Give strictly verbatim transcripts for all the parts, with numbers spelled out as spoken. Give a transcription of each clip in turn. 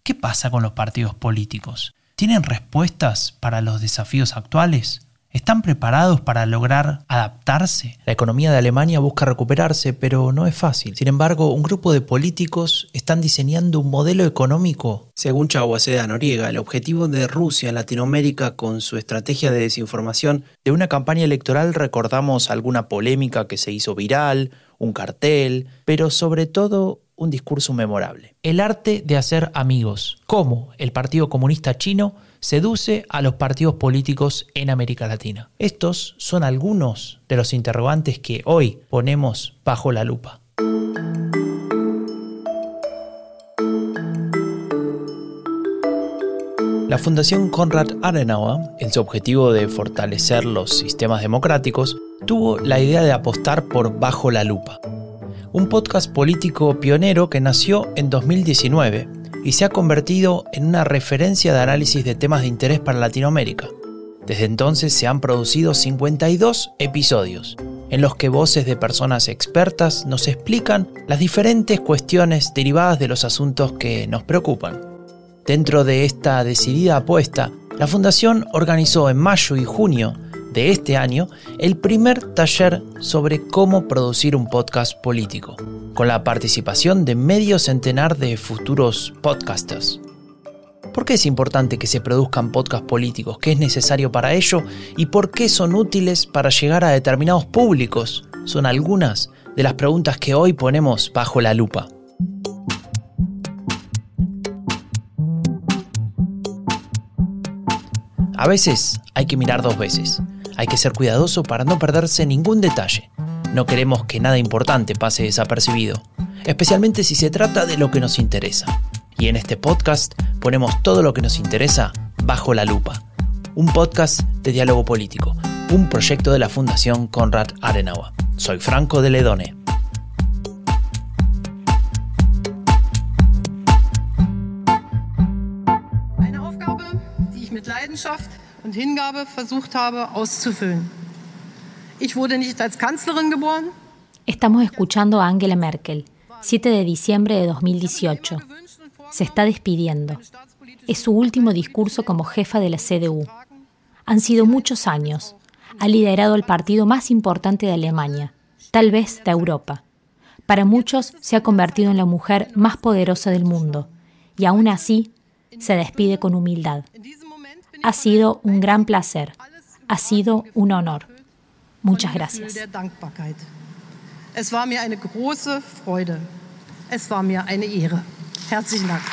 ¿Qué pasa con los partidos políticos? ¿Tienen respuestas para los desafíos actuales? ¿Están preparados para lograr adaptarse? La economía de Alemania busca recuperarse, pero no es fácil. Sin embargo, un grupo de políticos están diseñando un modelo económico. Según Chauaceda Noriega, el objetivo de Rusia en Latinoamérica con su estrategia de desinformación. De una campaña electoral recordamos alguna polémica que se hizo viral, un cartel, pero sobre todo un discurso memorable. El arte de hacer amigos. Cómo el Partido Comunista Chino seduce a los partidos políticos en América Latina. Estos son algunos de los interrogantes que hoy ponemos bajo la lupa. La Fundación Konrad Adenauer, en su objetivo de fortalecer los sistemas democráticos, tuvo la idea de apostar por Bajo la Lupa, un podcast político pionero que nació en dos mil diecinueve y se ha convertido en una referencia de análisis de temas de interés para Latinoamérica. Desde entonces se han producido cincuenta y dos episodios, en los que voces de personas expertas nos explican las diferentes cuestiones derivadas de los asuntos que nos preocupan. Dentro de esta decidida apuesta, la Fundación organizó en mayo y junio de este año el primer taller sobre cómo producir un podcast político, con la participación de medio centenar de futuros podcasters. ¿Por qué es importante que se produzcan podcasts políticos? ¿Qué es necesario para ello? ¿Y por qué son útiles para llegar a determinados públicos? Son algunas de las preguntas que hoy ponemos bajo la lupa. A veces hay que mirar dos veces. Hay que ser cuidadoso para no perderse ningún detalle. No queremos que nada importante pase desapercibido, especialmente si se trata de lo que nos interesa. Y en este podcast ponemos todo lo que nos interesa bajo la lupa. Un podcast de diálogo político, un proyecto de la Fundación Konrad Adenauer. Soy Franco de Ledone. Eine Aufgabe, die ich mit Leidenschaft und Hingabe versucht habe auszufüllen. Ich wurde nicht als Kanzlerin geboren. Estamos escuchando a Angela Merkel, siete de diciembre de dos mil dieciocho. Se está despidiendo. Es su último discurso como jefa de la C D U. Han sido muchos años. Ha liderado el partido más importante de Alemania, tal vez de Europa. Para muchos se ha convertido en la mujer más poderosa del mundo, y aún así se despide con humildad. Ha sido un gran placer. Ha sido un honor. Muchas gracias. Es war mir eine große Freude. Es war mir eine Ehre. Herzlichen Dank.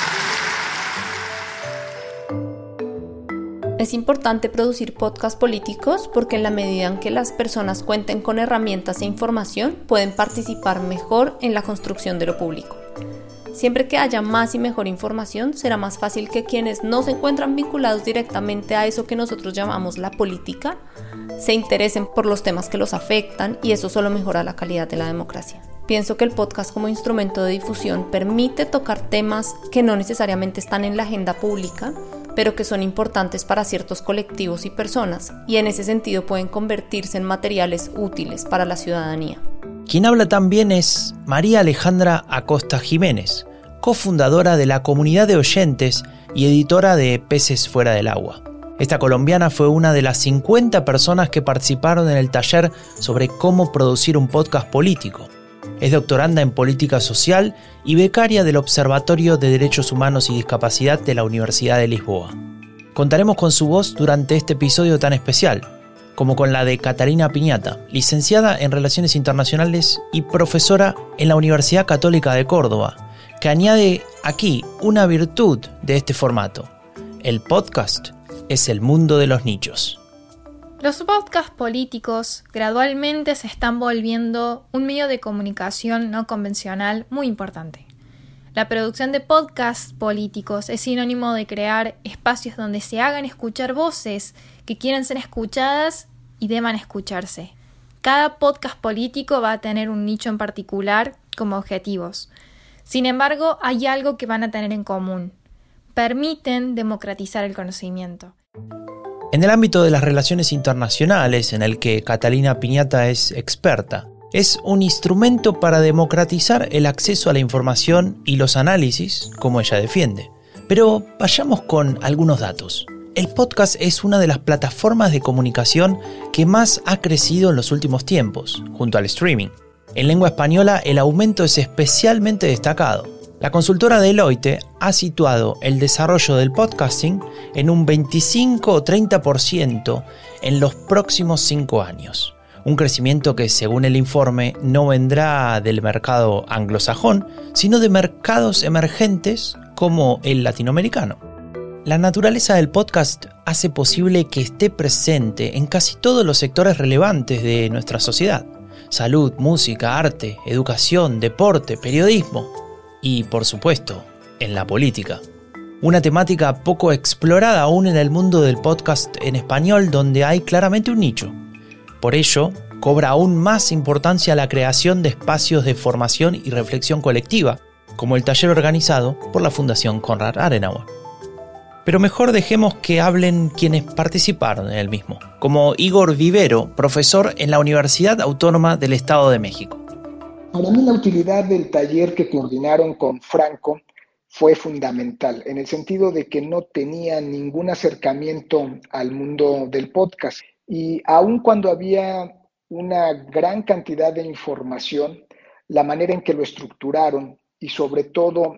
Es importante producir podcasts políticos porque en la medida en que las personas cuenten con herramientas e información, pueden participar mejor en la construcción de lo público. Siempre que haya más y mejor información, será más fácil que quienes no se encuentran vinculados directamente a eso que nosotros llamamos la política, se interesen por los temas que los afectan, y eso solo mejora la calidad de la democracia. Pienso que el podcast como instrumento de difusión permite tocar temas que no necesariamente están en la agenda pública, pero que son importantes para ciertos colectivos y personas, y en ese sentido pueden convertirse en materiales útiles para la ciudadanía. Quien habla también es María Alejandra Acosta Jiménez, cofundadora de la Comunidad de Oyentes y editora de Peces Fuera del Agua. Esta colombiana fue una de las cincuenta personas que participaron en el taller sobre cómo producir un podcast político. Es doctoranda en política social y becaria del Observatorio de Derechos Humanos y Discapacidad de la Universidad de Lisboa. Contaremos con su voz durante este episodio tan especial, como con la de Catalina Piñata, licenciada en Relaciones Internacionales y profesora en la Universidad Católica de Córdoba, que añade aquí una virtud de este formato. El podcast es el mundo de los nichos. Los podcasts políticos gradualmente se están volviendo un medio de comunicación no convencional muy importante. La producción de podcasts políticos es sinónimo de crear espacios donde se hagan escuchar voces que quieran ser escuchadas y deban escucharse. Cada podcast político va a tener un nicho en particular como objetivos. Sin embargo, hay algo que van a tener en común. Permiten democratizar el conocimiento. En el ámbito de las relaciones internacionales, en el que Catalina Piñata es experta, es un instrumento para democratizar el acceso a la información y los análisis, como ella defiende. Pero vayamos con algunos datos. El podcast es una de las plataformas de comunicación que más ha crecido en los últimos tiempos, junto al streaming. En lengua española, el aumento es especialmente destacado. La consultora Deloitte ha situado el desarrollo del podcasting en un veinticinco o treinta por ciento en los próximos cinco años. Un crecimiento que, según el informe, no vendrá del mercado anglosajón, sino de mercados emergentes como el latinoamericano. La naturaleza del podcast hace posible que esté presente en casi todos los sectores relevantes de nuestra sociedad. Salud, música, arte, educación, deporte, periodismo y, por supuesto, en la política. Una temática poco explorada aún en el mundo del podcast en español, donde hay claramente un nicho. Por ello, cobra aún más importancia la creación de espacios de formación y reflexión colectiva, como el taller organizado por la Fundación Konrad Adenauer. Pero mejor dejemos que hablen quienes participaron en el mismo, como Igor Vivero, profesor en la Universidad Autónoma del Estado de México. Para mí la utilidad del taller que coordinaron con Franco fue fundamental, en el sentido de que no tenía ningún acercamiento al mundo del podcast. Y aun cuando había una gran cantidad de información, la manera en que lo estructuraron y sobre todo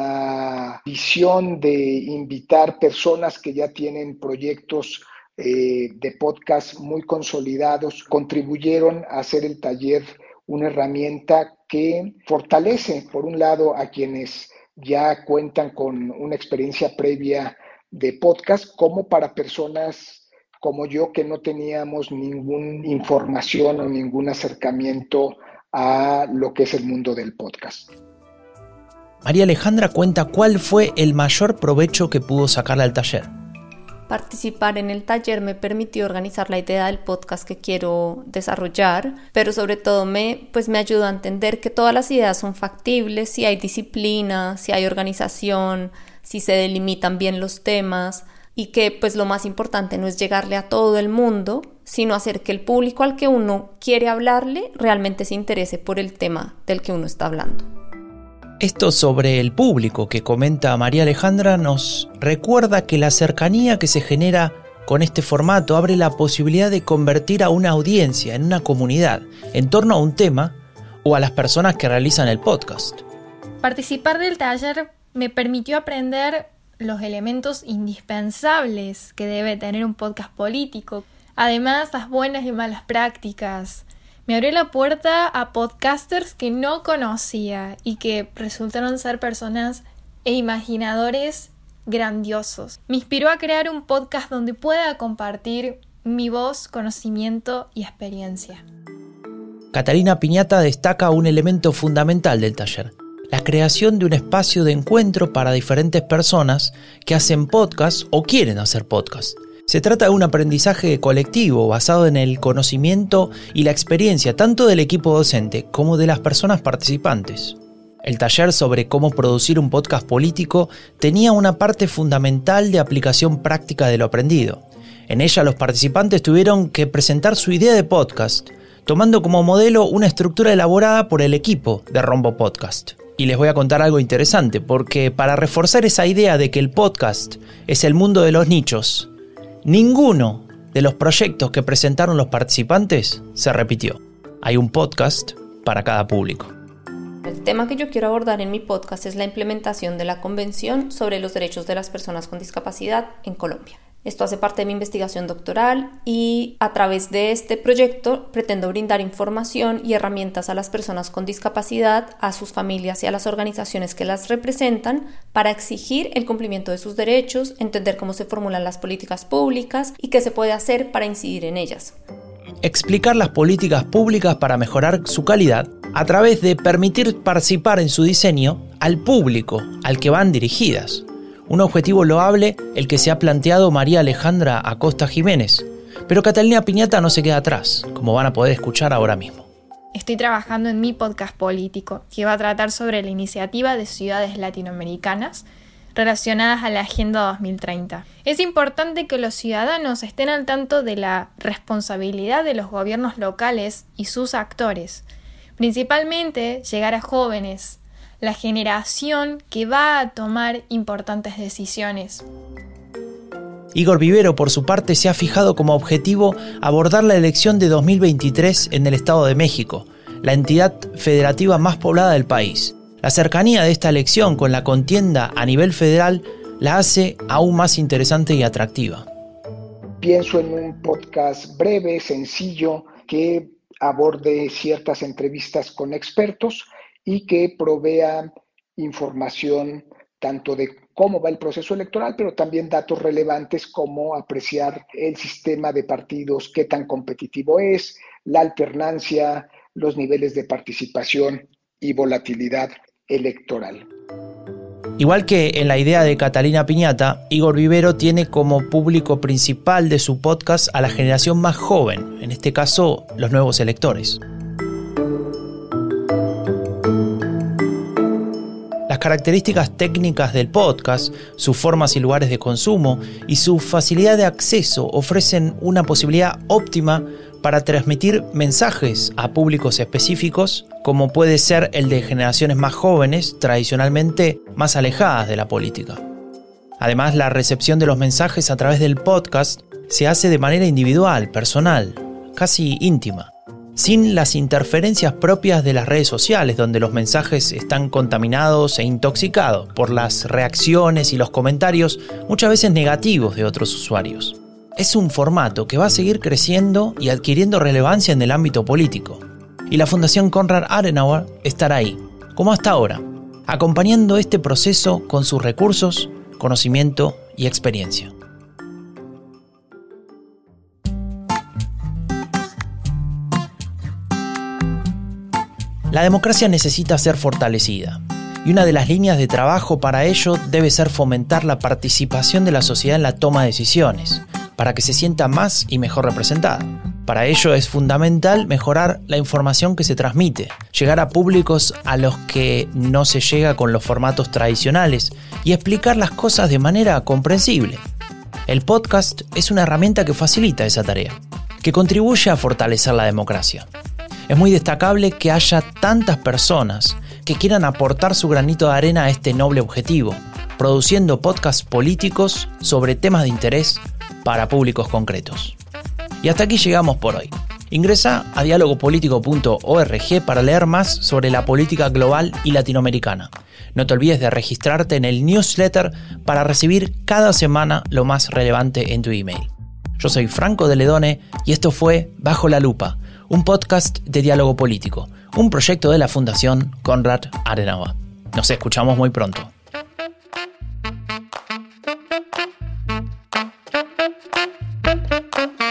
la visión de invitar personas que ya tienen proyectos eh, de podcast muy consolidados, contribuyeron a hacer el taller una herramienta que fortalece, por un lado, a quienes ya cuentan con una experiencia previa de podcast, como para personas como yo que no teníamos ninguna información o ningún acercamiento a lo que es el mundo del podcast. María Alejandra cuenta cuál fue el mayor provecho que pudo sacarle al taller. Participar en el taller me permitió organizar la idea del podcast que quiero desarrollar, pero sobre todo me, pues me ayudó a entender que todas las ideas son factibles si hay disciplina, si hay organización, si se delimitan bien los temas, y que pues lo más importante no es llegarle a todo el mundo, sino hacer que el público al que uno quiere hablarle realmente se interese por el tema del que uno está hablando. Esto sobre el público que comenta María Alejandra nos recuerda que la cercanía que se genera con este formato abre la posibilidad de convertir a una audiencia en una comunidad en torno a un tema o a las personas que realizan el podcast. Participar del taller me permitió aprender los elementos indispensables que debe tener un podcast político. Además, las buenas y malas prácticas. Me abrió la puerta a podcasters que no conocía y que resultaron ser personas e imaginadores grandiosos. Me inspiró a crear un podcast donde pueda compartir mi voz, conocimiento y experiencia. Catalina Piñata destaca un elemento fundamental del taller: la creación de un espacio de encuentro para diferentes personas que hacen podcast o quieren hacer podcast. Se trata de un aprendizaje colectivo basado en el conocimiento y la experiencia tanto del equipo docente como de las personas participantes. El taller sobre cómo producir un podcast político tenía una parte fundamental de aplicación práctica de lo aprendido. En ella los participantes tuvieron que presentar su idea de podcast, tomando como modelo una estructura elaborada por el equipo de Rombo Podcast. Y les voy a contar algo interesante, porque para reforzar esa idea de que el podcast es el mundo de los nichos, ninguno de los proyectos que presentaron los participantes se repitió. Hay un podcast para cada público. El tema que yo quiero abordar en mi podcast es la implementación de la Convención sobre los Derechos de las Personas con Discapacidad en Colombia. Esto hace parte de mi investigación doctoral y a través de este proyecto pretendo brindar información y herramientas a las personas con discapacidad, a sus familias y a las organizaciones que las representan para exigir el cumplimiento de sus derechos, entender cómo se formulan las políticas públicas y qué se puede hacer para incidir en ellas. Explicar las políticas públicas para mejorar su calidad a través de permitir participar en su diseño al público al que van dirigidas. Un objetivo loable el que se ha planteado María Alejandra Acosta Jiménez, pero Catalina Piñata no se queda atrás, como van a poder escuchar ahora mismo. Estoy trabajando en mi podcast político, que va a tratar sobre la iniciativa de ciudades latinoamericanas relacionadas a la Agenda dos mil treinta. Es importante que los ciudadanos estén al tanto de la responsabilidad de los gobiernos locales y sus actores, principalmente llegar a jóvenes, la generación que va a tomar importantes decisiones. Igor Vivero, por su parte, se ha fijado como objetivo abordar la elección de dos mil veintitrés en el Estado de México, la entidad federativa más poblada del país. La cercanía de esta elección con la contienda a nivel federal la hace aún más interesante y atractiva. Pienso en un podcast breve, sencillo, que aborde ciertas entrevistas con expertos y que provea información tanto de cómo va el proceso electoral, pero también datos relevantes como apreciar el sistema de partidos, qué tan competitivo es, la alternancia, los niveles de participación y volatilidad electoral. Igual que en la idea de Catalina Piñata, Igor Vivero tiene como público principal de su podcast a la generación más joven, en este caso los nuevos electores. Las características técnicas del podcast, sus formas y lugares de consumo y su facilidad de acceso ofrecen una posibilidad óptima para transmitir mensajes a públicos específicos, como puede ser el de generaciones más jóvenes, tradicionalmente más alejadas de la política. Además, la recepción de los mensajes a través del podcast se hace de manera individual, personal, casi íntima, sin las interferencias propias de las redes sociales, donde los mensajes están contaminados e intoxicados por las reacciones y los comentarios, muchas veces negativos, de otros usuarios. Es un formato que va a seguir creciendo y adquiriendo relevancia en el ámbito político. Y la Fundación Konrad Adenauer estará ahí, como hasta ahora, acompañando este proceso con sus recursos, conocimiento y experiencia. La democracia necesita ser fortalecida, y una de las líneas de trabajo para ello debe ser fomentar la participación de la sociedad en la toma de decisiones, para que se sienta más y mejor representada. Para ello es fundamental mejorar la información que se transmite, llegar a públicos a los que no se llega con los formatos tradicionales y explicar las cosas de manera comprensible. El podcast es una herramienta que facilita esa tarea, que contribuye a fortalecer la democracia. Es muy destacable que haya tantas personas que quieran aportar su granito de arena a este noble objetivo, produciendo podcasts políticos sobre temas de interés para públicos concretos. Y hasta aquí llegamos por hoy. Ingresa a diálogo político punto org para leer más sobre la política global y latinoamericana. No te olvides de registrarte en el newsletter para recibir cada semana lo más relevante en tu email. Yo soy Franco de Ledone y esto fue Bajo la Lupa, un podcast de diálogo político, un proyecto de la Fundación Konrad Adenauer. Nos escuchamos muy pronto. Thank you.